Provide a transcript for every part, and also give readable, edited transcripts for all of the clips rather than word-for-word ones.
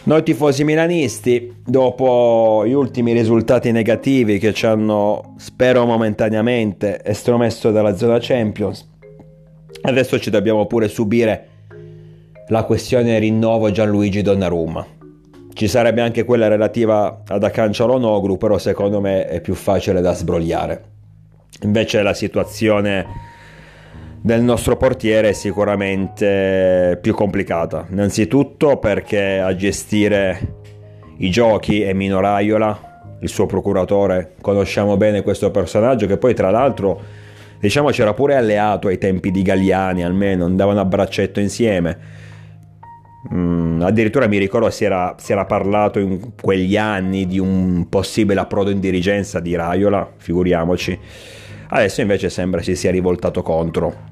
Noi tifosi milanisti, dopo gli ultimi risultati negativi che ci hanno, spero momentaneamente, estromesso dalla zona Champions, adesso ci dobbiamo pure subire la questione rinnovo Gianluigi Donnarumma. Ci sarebbe anche quella relativa ad Hakan Çalhanoğlu, però secondo me è più facile da sbrogliare. Invece la situazione del nostro portiere è sicuramente più complicata. Innanzitutto perché a gestire i giochi è Mino Raiola, il suo procuratore. Conosciamo bene questo personaggio, che poi tra l'altro, diciamo, c'era pure alleato ai tempi di Galliani, almeno andavano a braccetto insieme. Addirittura mi ricordo si era parlato in quegli anni di un possibile approdo in dirigenza di Raiola, figuriamoci. Adesso invece sembra si sia rivoltato contro.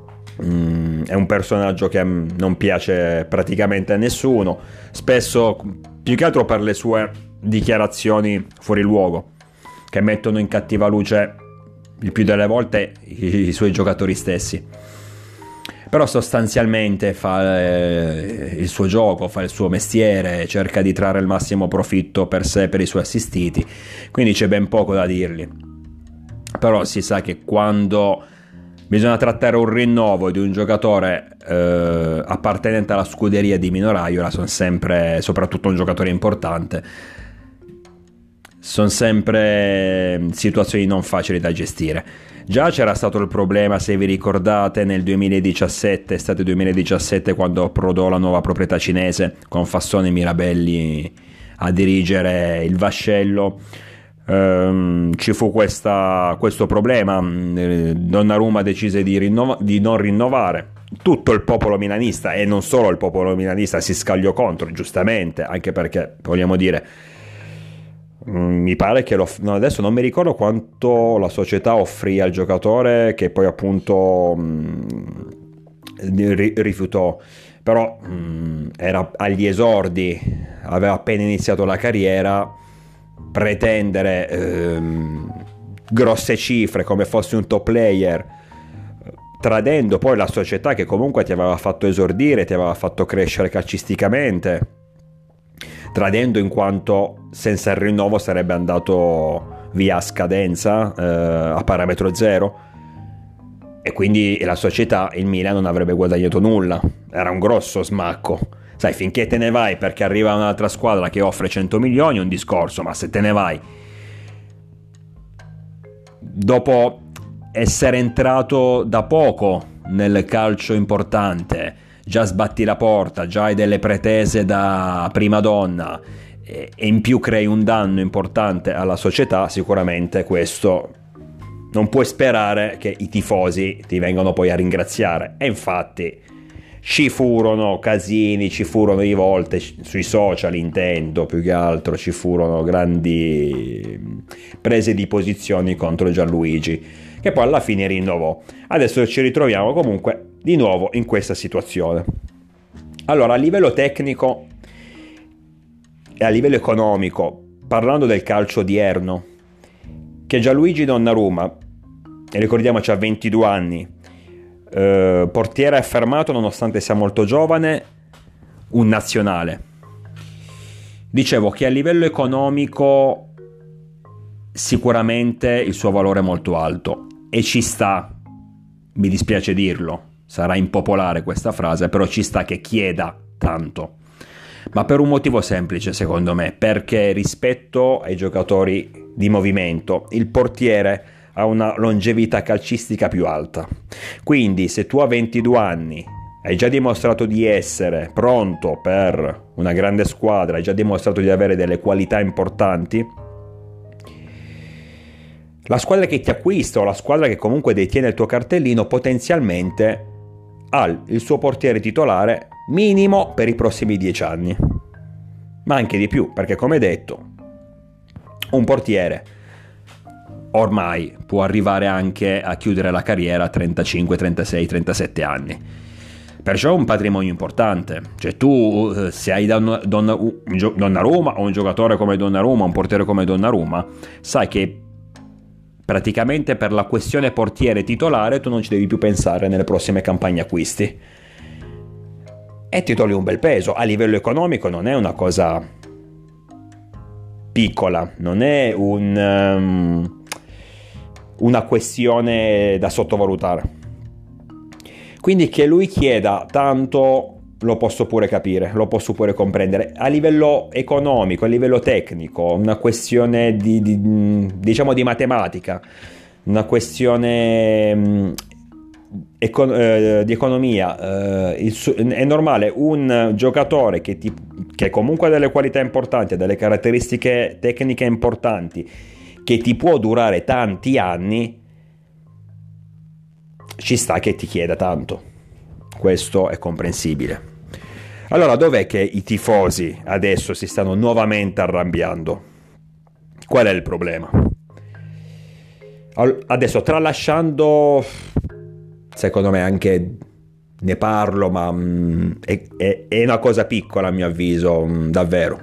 È un personaggio che non piace praticamente a nessuno, spesso più che altro per le sue dichiarazioni fuori luogo, che mettono in cattiva luce il più delle volte i suoi giocatori stessi. Però sostanzialmente fa il suo gioco, fa il suo mestiere, cerca di trarre il massimo profitto per sé e per i suoi assistiti, quindi c'è ben poco da dirgli. Però si sa che quando bisogna trattare un rinnovo di un giocatore appartenente alla scuderia di Mino Raiola, sono sempre, soprattutto un giocatore importante, sono sempre situazioni non facili da gestire. Già c'era stato il problema, se vi ricordate, nel 2017, estate 2017, quando approdò la nuova proprietà cinese con Fassone e Mirabelli a dirigere il vascello. Ci fu questo problema. Donnarumma decise di non rinnovare. Tutto il popolo milanista, e non solo il popolo milanista, si scagliò contro, giustamente, anche perché, vogliamo dire, mi pare che adesso non mi ricordo quanto la società offrì al giocatore, che poi appunto rifiutò, però era agli esordi, aveva appena iniziato la carriera. Pretendere grosse cifre come fosse un top player, tradendo poi la società che comunque ti aveva fatto esordire, ti aveva fatto crescere calcisticamente, tradendo in quanto senza il rinnovo sarebbe andato via a scadenza, a parametro zero, e quindi la società, il Milan, non avrebbe guadagnato nulla. Era un grosso smacco. Sai, finché te ne vai perché arriva un'altra squadra che offre 100 milioni è un discorso, ma se te ne vai dopo essere entrato da poco nel calcio importante, già sbatti la porta, già hai delle pretese da prima donna e in più crei un danno importante alla società, sicuramente questo non puoi sperare che i tifosi ti vengano poi a ringraziare. E infatti ci furono casini, ci furono rivolte sui social, intendo, più che altro ci furono grandi prese di posizioni contro Gianluigi, che poi alla fine rinnovò. Adesso ci ritroviamo comunque di nuovo in questa situazione. Allora, a livello tecnico e a livello economico, parlando del calcio odierno, che Gianluigi Donnarumma, ricordiamoci, ha 22 anni, portiere affermato nonostante sia molto giovane, un nazionale. Dicevo che a livello economico sicuramente il suo valore è molto alto e ci sta, mi dispiace dirlo, sarà impopolare questa frase, però ci sta che chieda tanto, ma per un motivo semplice secondo me, perché rispetto ai giocatori di movimento il portiere ha una longevità calcistica più alta. Quindi se tu a 22 anni hai già dimostrato di essere pronto per una grande squadra, hai già dimostrato di avere delle qualità importanti, la squadra che ti acquista o la squadra che comunque detiene il tuo cartellino potenzialmente ha il suo portiere titolare minimo per i prossimi 10 anni, ma anche di più, perché come detto un portiere ormai può arrivare anche a chiudere la carriera a 35, 36, 37 anni. Perciò è un patrimonio importante. Cioè tu, se hai Donnarumma o un giocatore come Donnarumma, un portiere come Donnarumma, sai che praticamente per la questione portiere titolare tu non ci devi più pensare nelle prossime campagne acquisti. e ti togli un bel peso. A livello economico non è una cosa piccola, non è una questione da sottovalutare. Quindi che lui chieda tanto lo posso pure capire, lo posso pure comprendere. A livello economico, a livello tecnico, una questione diciamo di matematica, una questione di economia, è normale un giocatore che comunque ha delle qualità importanti, ha delle caratteristiche tecniche importanti, che ti può durare tanti anni, ci sta che ti chieda tanto. Questo è comprensibile. Allora, dov'è che i tifosi adesso si stanno nuovamente arrabbiando? Qual è il problema? Adesso, tralasciando, secondo me anche ne parlo, ma è una cosa piccola a mio avviso, davvero.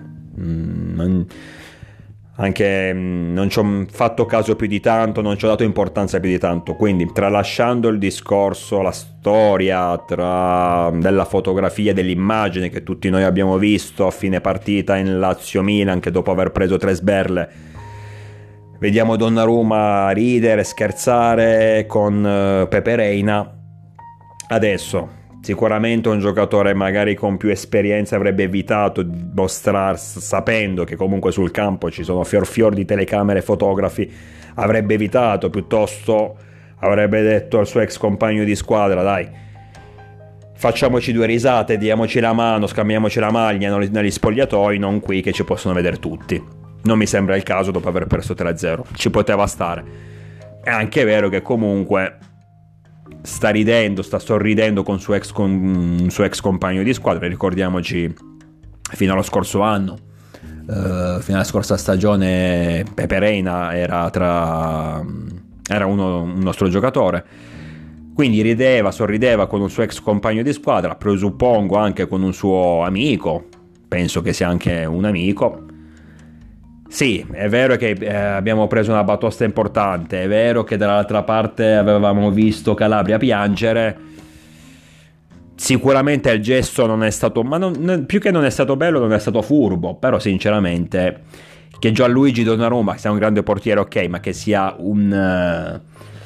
Anche non ci ho fatto caso più di tanto, non ci ho dato importanza più di tanto, quindi tralasciando il discorso, la storia della fotografia, dell'immagine che tutti noi abbiamo visto a fine partita in Lazio-Milan, che dopo aver preso 3 sberle vediamo Donnarumma ridere, scherzare con Pepe Reina. Adesso sicuramente un giocatore magari con più esperienza avrebbe evitato di mostrarsi, sapendo che comunque sul campo ci sono fior di telecamere e fotografi, avrebbe evitato, piuttosto avrebbe detto al suo ex compagno di squadra: dai, facciamoci 2 risate, diamoci la mano, scambiamoci la maglia negli spogliatoi, non qui che ci possono vedere tutti. Non mi sembra il caso dopo aver perso 3-0, ci poteva stare. È anche vero che comunque sta sorridendo con un suo ex compagno di squadra. Ricordiamoci, fino allo scorso anno, fino alla scorsa stagione, Pepe Reina era un nostro giocatore, quindi sorrideva con un suo ex compagno di squadra, presuppongo anche con un suo amico, penso che sia anche un amico. Sì, è vero che abbiamo preso una batosta importante, è vero che dall'altra parte avevamo visto Calabria piangere. Sicuramente il gesto non è stato, più che non è stato bello, non è stato furbo, però sinceramente che Gianluigi Donnarumma sia un grande portiere, ok, ma che sia una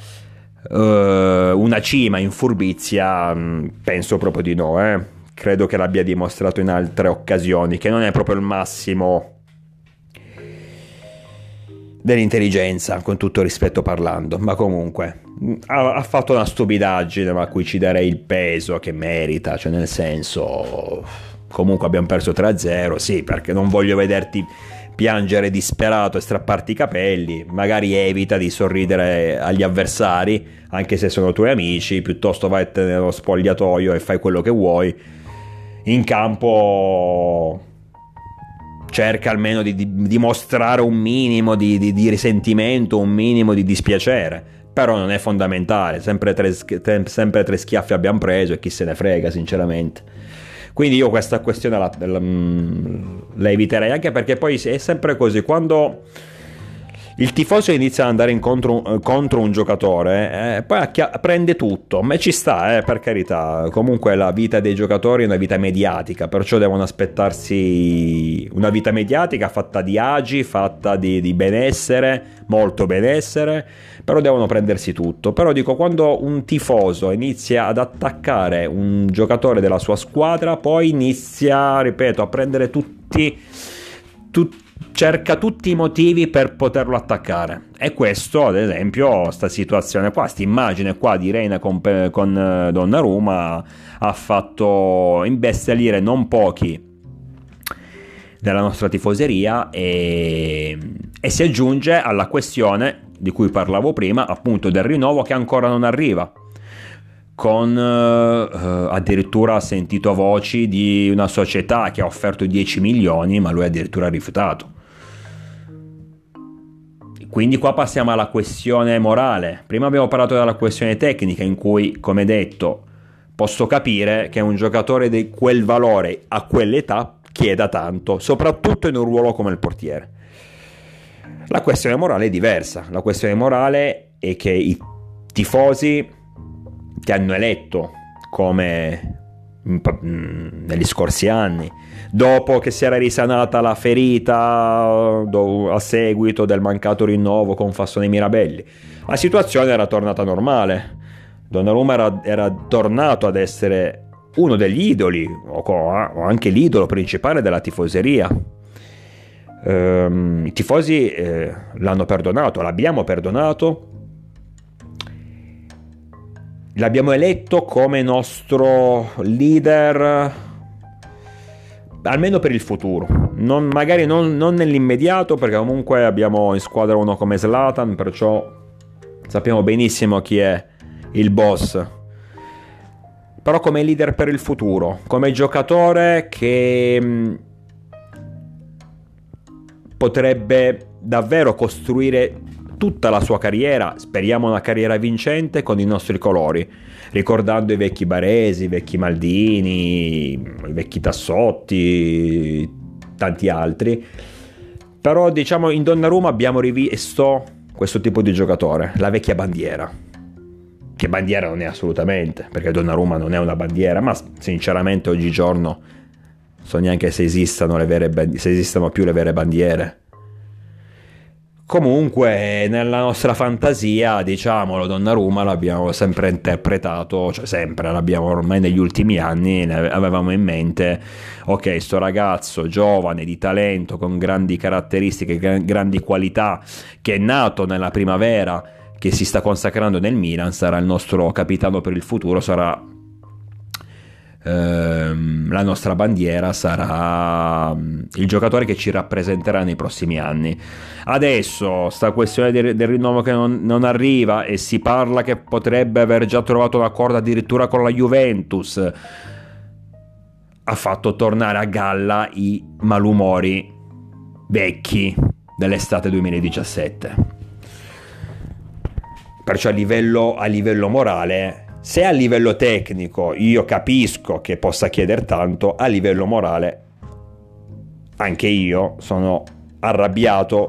cima in furbizia, penso proprio di no, credo che l'abbia dimostrato in altre occasioni, che non è proprio il massimo dell'intelligenza, con tutto rispetto parlando, ma comunque ha fatto una stupidaggine, ma a cui ci darei il peso che merita, cioè nel senso, comunque abbiamo perso 3-0, sì, perché non voglio vederti piangere disperato e strapparti i capelli, magari evita di sorridere agli avversari, anche se sono tuoi amici, piuttosto vai nello spogliatoio e fai quello che vuoi. In campo cerca almeno di dimostrare un minimo di risentimento, un minimo di dispiacere, però non è fondamentale, sempre tre schiaffi abbiamo preso e chi se ne frega sinceramente. Quindi io questa questione la eviterei, anche perché poi è sempre così, quando il tifoso inizia ad andare contro un giocatore, poi prende tutto, ma ci sta, per carità. Comunque la vita dei giocatori è una vita mediatica, perciò devono aspettarsi una vita mediatica fatta di agi, fatta di benessere, molto benessere, però devono prendersi tutto. Però dico, quando un tifoso inizia ad attaccare un giocatore della sua squadra, poi inizia, ripeto, a prendere cerca tutti i motivi per poterlo attaccare, e questo, ad esempio, sta situazione qua, sta immagine qua di Reina con Donnarumma ha fatto imbestialire non pochi della nostra tifoseria, e si aggiunge alla questione di cui parlavo prima, appunto del rinnovo che ancora non arriva, con addirittura ha sentito voci di una società che ha offerto 10 milioni, ma lui addirittura ha rifiutato. Quindi qua passiamo alla questione morale. Prima abbiamo parlato della questione tecnica, in cui, come detto, posso capire che un giocatore di quel valore a quell'età chieda tanto, soprattutto in un ruolo come il portiere. La questione morale è diversa. La questione morale è che i tifosi che hanno eletto come negli scorsi anni, dopo che si era risanata la ferita a seguito del mancato rinnovo con Fassone e Mirabelli. La situazione era tornata normale. Donnarumma era tornato ad essere uno degli idoli, o anche l'idolo principale della tifoseria. I tifosi l'hanno perdonato, l'abbiamo perdonato, l'abbiamo eletto come nostro leader, almeno per il futuro, magari non nell'immediato, perché comunque abbiamo in squadra uno come Zlatan, perciò sappiamo benissimo chi è il boss, però come leader per il futuro, come giocatore che potrebbe davvero costruire tutta la sua carriera, speriamo una carriera vincente, con i nostri colori, ricordando i vecchi Baresi, i vecchi Maldini, i vecchi Tassotti, tanti altri. Però diciamo in Donnarumma abbiamo rivisto questo tipo di giocatore, la vecchia bandiera, che bandiera non è assolutamente, perché Donnarumma non è una bandiera, ma sinceramente oggigiorno so neanche se esistano più le vere bandiere. Comunque nella nostra fantasia, diciamolo, Donnarumma l'abbiamo sempre interpretato, cioè sempre, l'abbiamo ormai negli ultimi anni, avevamo in mente, ok, sto ragazzo giovane, di talento, con grandi caratteristiche, grandi qualità, che è nato nella primavera, che si sta consacrando nel Milan, sarà il nostro capitano per il futuro, sarà la nostra bandiera, sarà il giocatore che ci rappresenterà nei prossimi anni. Adesso sta questione del rinnovo che non arriva, e si parla che potrebbe aver già trovato un accordo addirittura con la Juventus, ha fatto tornare a galla i malumori vecchi dell'estate 2017. Perciò a livello morale, se a livello tecnico io capisco che possa chiedere tanto, a livello morale anche io sono arrabbiato,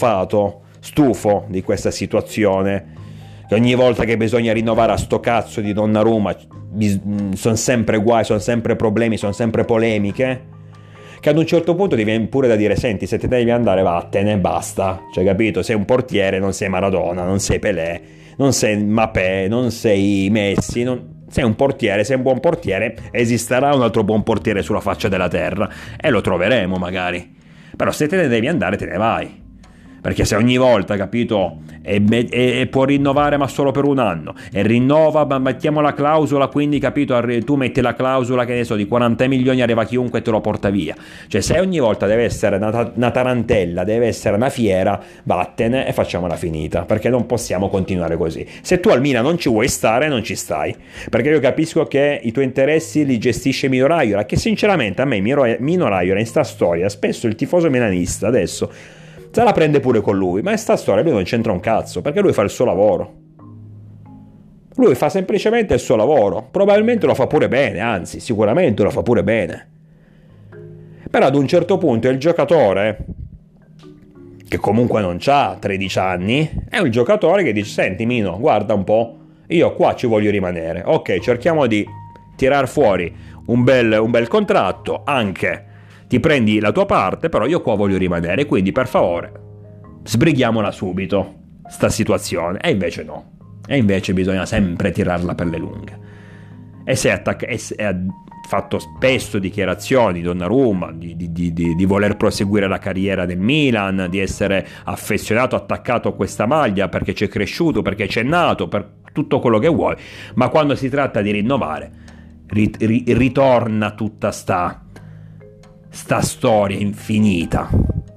stufo di questa situazione, che ogni volta che bisogna rinnovare a sto cazzo di Donnarumma sono sempre guai, sono sempre problemi, sono sempre polemiche, che ad un certo punto ti viene pure da dire: senti, se te devi andare vattene, basta, cioè, capito? Sei un portiere, non sei Maradona, non sei Pelé, non sei Mbappé, non sei Messi, sei un portiere, sei un buon portiere, esisterà un altro buon portiere sulla faccia della terra e lo troveremo magari, però se te ne devi andare te ne vai, perché se ogni volta, capito, e può rinnovare ma solo per un anno, e rinnova, mettiamo la clausola, quindi, capito, tu metti la clausola, che ne so, di 40 milioni, arriva chiunque e te lo porta via. Cioè, se ogni volta deve essere una tarantella, deve essere una fiera, vattene e facciamola finita, perché non possiamo continuare così. Se tu al Milan non ci vuoi stare, non ci stai, perché io capisco che i tuoi interessi li gestisce Mino Raiola, che sinceramente a me Mino Raiola in sta storia, spesso il tifoso milanista adesso se la prende pure con lui, ma in sta storia lui non c'entra un cazzo, perché lui fa il suo lavoro. Lui fa semplicemente il suo lavoro, probabilmente lo fa pure bene, anzi sicuramente lo fa pure bene. Però ad un certo punto il giocatore, che comunque non c'ha 13 anni, è un giocatore che dice: senti Mino, guarda un po', io qua ci voglio rimanere, ok, cerchiamo di tirar fuori un bel contratto, anche ti prendi la tua parte, però io qua voglio rimanere, quindi per favore sbrighiamola subito sta situazione. E invece no, e invece bisogna sempre tirarla per le lunghe. E ha fatto spesso dichiarazioni Donnarumma di voler proseguire la carriera del Milan, di essere affezionato, attaccato a questa maglia perché c'è cresciuto, perché c'è nato, per tutto quello che vuoi, ma quando si tratta di rinnovare ritorna tutta sta storia infinita,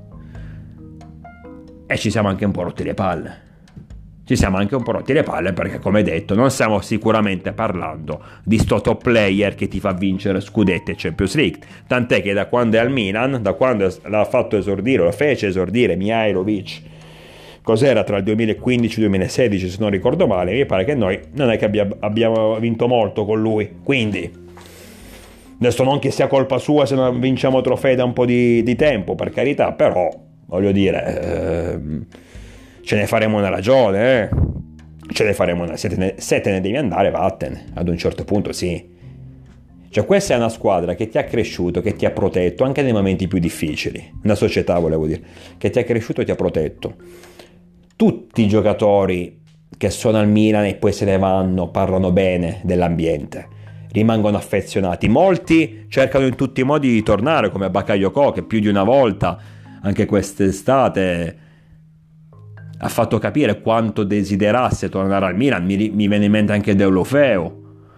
e ci siamo anche un po' rotti le palle. Perché, come detto, non stiamo sicuramente parlando di sto top player che ti fa vincere scudetti e Champions League, tant'è che da quando è al Milan, da quando lo fece esordire Mihajlovic, cos'era, tra il 2015 e il 2016 se non ricordo male, mi pare che noi non è che abbiamo vinto molto con lui, quindi adesso non che sia colpa sua se non vinciamo trofei da un po' di tempo, per carità, però voglio dire, ce ne faremo una ragione, se te ne devi andare, vattene, ad un certo punto sì. Cioè questa è una squadra che ti ha cresciuto, che ti ha protetto anche nei momenti più difficili, una società volevo dire, che ti ha cresciuto e ti ha protetto. Tutti i giocatori che sono al Milan e poi se ne vanno parlano bene dell'ambiente, rimangono affezionati, molti cercano in tutti i modi di tornare, come Bakayoko che più di una volta, anche quest'estate, ha fatto capire quanto desiderasse tornare al Milan. Mi viene in mente anche Deulofeu,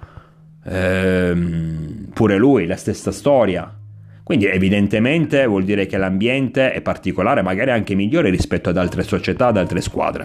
pure lui la stessa storia. Quindi evidentemente vuol dire che l'ambiente è particolare, magari anche migliore rispetto ad altre società, ad altre squadre.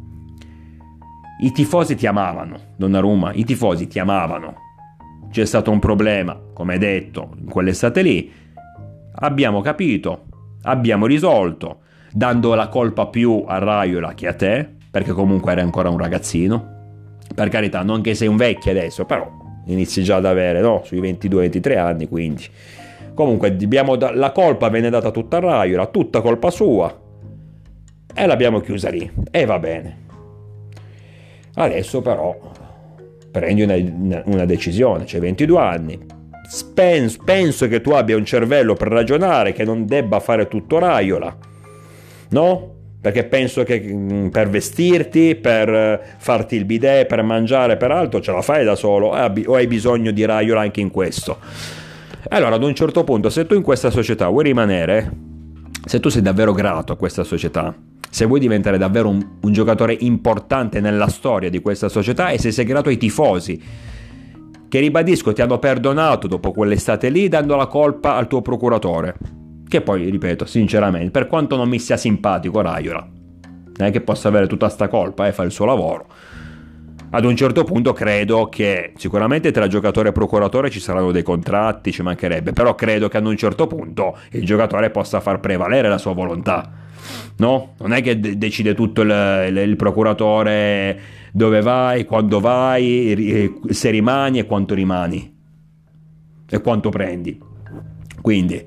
I tifosi ti amavano, Donnarumma, i tifosi ti amavano. C'è stato un problema, come detto, in quell'estate lì, abbiamo capito, abbiamo risolto, dando la colpa più a Raiola che a te, perché comunque eri ancora un ragazzino. Per carità, non che sei un vecchio adesso, però inizi già ad avere, no? Sui 22-23 anni, quindi. Comunque la colpa venne data tutta a Raiola, tutta colpa sua, e l'abbiamo chiusa lì, e va bene. Adesso però prendi una decisione, c'hai 22 anni, penso che tu abbia un cervello per ragionare, che non debba fare tutto Raiola, no? Perché penso che per vestirti, per farti il bidet, per mangiare, per altro ce la fai da solo, o hai bisogno di Raiola anche in questo. Allora ad un certo punto, se tu in questa società vuoi rimanere, se tu sei davvero grato a questa società, se vuoi diventare davvero un giocatore importante nella storia di questa società, e se sei grato ai tifosi che, ribadisco, ti hanno perdonato dopo quell'estate lì, dando la colpa al tuo procuratore, che poi, ripeto, sinceramente, per quanto non mi sia simpatico Raiola, non è che possa avere tutta sta colpa, fa il suo lavoro. Ad un certo punto credo che sicuramente tra giocatore e procuratore ci saranno dei contratti, ci mancherebbe, però credo che ad un certo punto il giocatore possa far prevalere la sua volontà, no? Non è che decide tutto il procuratore, dove vai, quando vai, se rimani e quanto rimani e quanto prendi. Quindi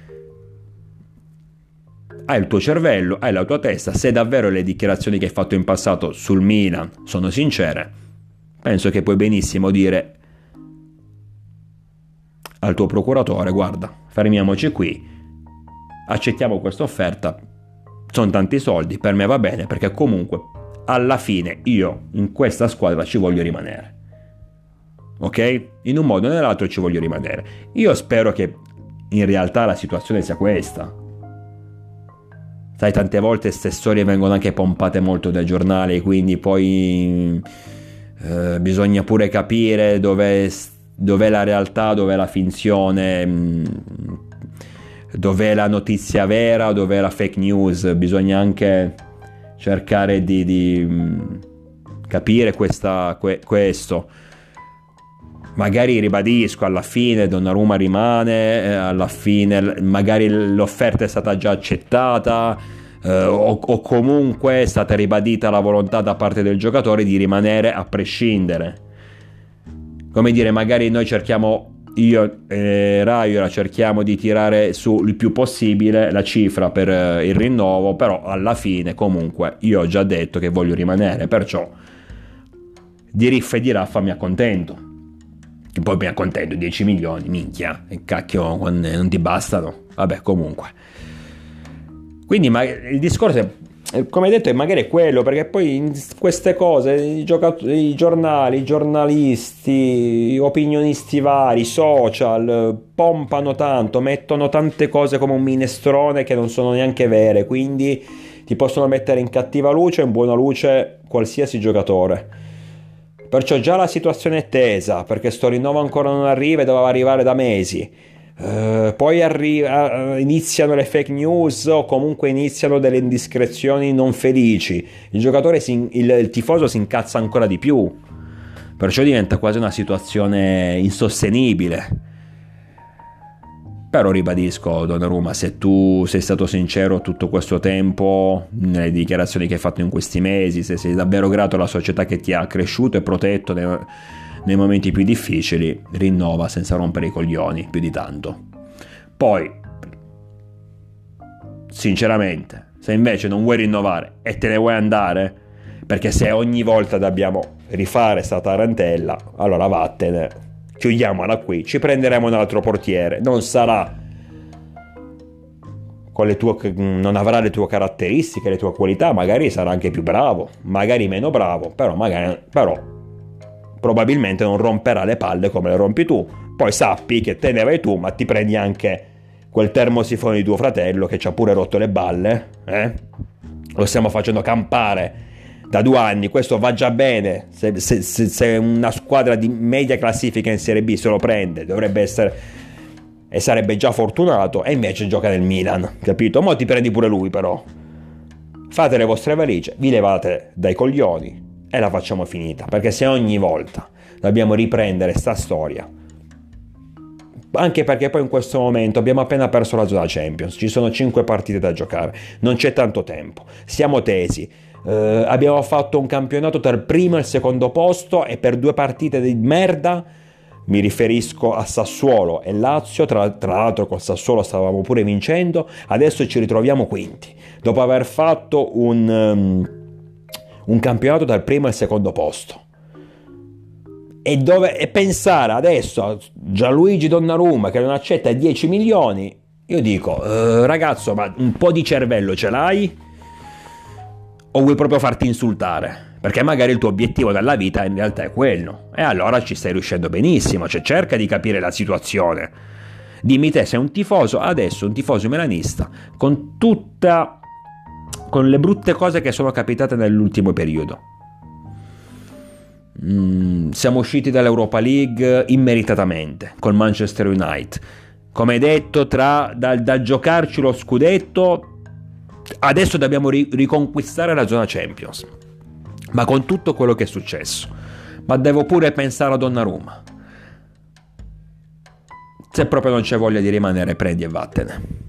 hai il tuo cervello, hai la tua testa. Se davvero le dichiarazioni che hai fatto in passato sul Milan sono sincere, penso che puoi benissimo dire al tuo procuratore: guarda, fermiamoci qui, accettiamo questa offerta, sono tanti soldi, per me va bene, perché comunque alla fine io in questa squadra ci voglio rimanere, ok? In un modo o nell'altro ci voglio rimanere. Io spero che in realtà la situazione sia questa. Sai, tante volte queste storie vengono anche pompate molto dai giornali, quindi poi bisogna pure capire dov'è la realtà, dov'è la finzione, dov'è la notizia vera, dov'è la fake news. Bisogna anche cercare di capire questo. Magari, ribadisco, alla fine Donnarumma rimane, alla fine magari l'offerta è stata già accettata, o comunque è stata ribadita la volontà da parte del giocatore di rimanere a prescindere. Come dire, magari noi io e Raiola cerchiamo di tirare su il più possibile la cifra per il rinnovo, però alla fine comunque io ho già detto che voglio rimanere, perciò di riffa e di raffa mi accontento. Che poi mi accontento, 10 milioni, minchia, e cacchio, non ti bastano? Vabbè, comunque. Quindi il discorso è, come detto, è magari quello, perché poi in queste cose i giornali, i giornalisti, gli opinionisti vari, i social pompano tanto, mettono tante cose come un minestrone che non sono neanche vere, quindi ti possono mettere in cattiva luce o in buona luce qualsiasi giocatore. Perciò già la situazione è tesa, perché sto rinnovo ancora non arriva e doveva arrivare da mesi. Poi iniziano le fake news, o comunque iniziano delle indiscrezioni non felici. Il tifoso si incazza ancora di più. Perciò diventa quasi una situazione insostenibile. Però ribadisco, Donnarumma, se tu sei stato sincero tutto questo tempo nelle dichiarazioni che hai fatto in questi mesi, se sei davvero grato alla società che ti ha cresciuto e protetto nei momenti più difficili, rinnova senza rompere i coglioni più di tanto. Poi, sinceramente, se invece non vuoi rinnovare e te ne vuoi andare, perché se ogni volta dobbiamo rifare sta tarantella, allora vattene, chiudiamola qui, ci prenderemo un altro portiere, non sarà con le tue, non avrà le tue caratteristiche, le tue qualità, magari sarà anche più bravo, magari meno bravo, però probabilmente non romperà le palle come le rompi tu. Poi sappi che te ne vai tu, ma ti prendi anche quel termosifone di tuo fratello che ci ha pure rotto le balle, lo stiamo facendo campare da 2 anni, questo va già bene, se una squadra di media classifica in Serie B se lo prende dovrebbe essere e sarebbe già fortunato, e invece gioca nel Milan, capito? Mo ti prendi pure lui, però fate le vostre valigie, vi levate dai coglioni e la facciamo finita, perché se ogni volta dobbiamo riprendere sta storia, anche perché poi in questo momento abbiamo appena perso la zona Champions, ci sono 5 partite da giocare, non c'è tanto tempo, siamo tesi, abbiamo fatto un campionato tra il primo e il secondo posto e per 2 partite di merda, mi riferisco a Sassuolo e Lazio, tra l'altro col Sassuolo stavamo pure vincendo, adesso ci ritroviamo quinti dopo aver fatto un campionato dal primo al secondo posto, e pensare adesso a Gianluigi Donnarumma che non accetta 10 milioni, io dico ragazzo, ma un po' di cervello ce l'hai o vuoi proprio farti insultare? Perché magari il tuo obiettivo nella vita in realtà è quello, e allora ci stai riuscendo benissimo, cioè cerca di capire la situazione. Dimmi te, sei un tifoso adesso, un tifoso milanista, con le brutte cose che sono capitate nell'ultimo periodo. Siamo usciti dall'Europa League immeritatamente col Manchester United, come detto, dal giocarci lo scudetto adesso dobbiamo riconquistare la zona Champions, ma con tutto quello che è successo. Ma devo pure pensare a Donnarumma. Se proprio non c'è voglia di rimanere, prendi e vattene.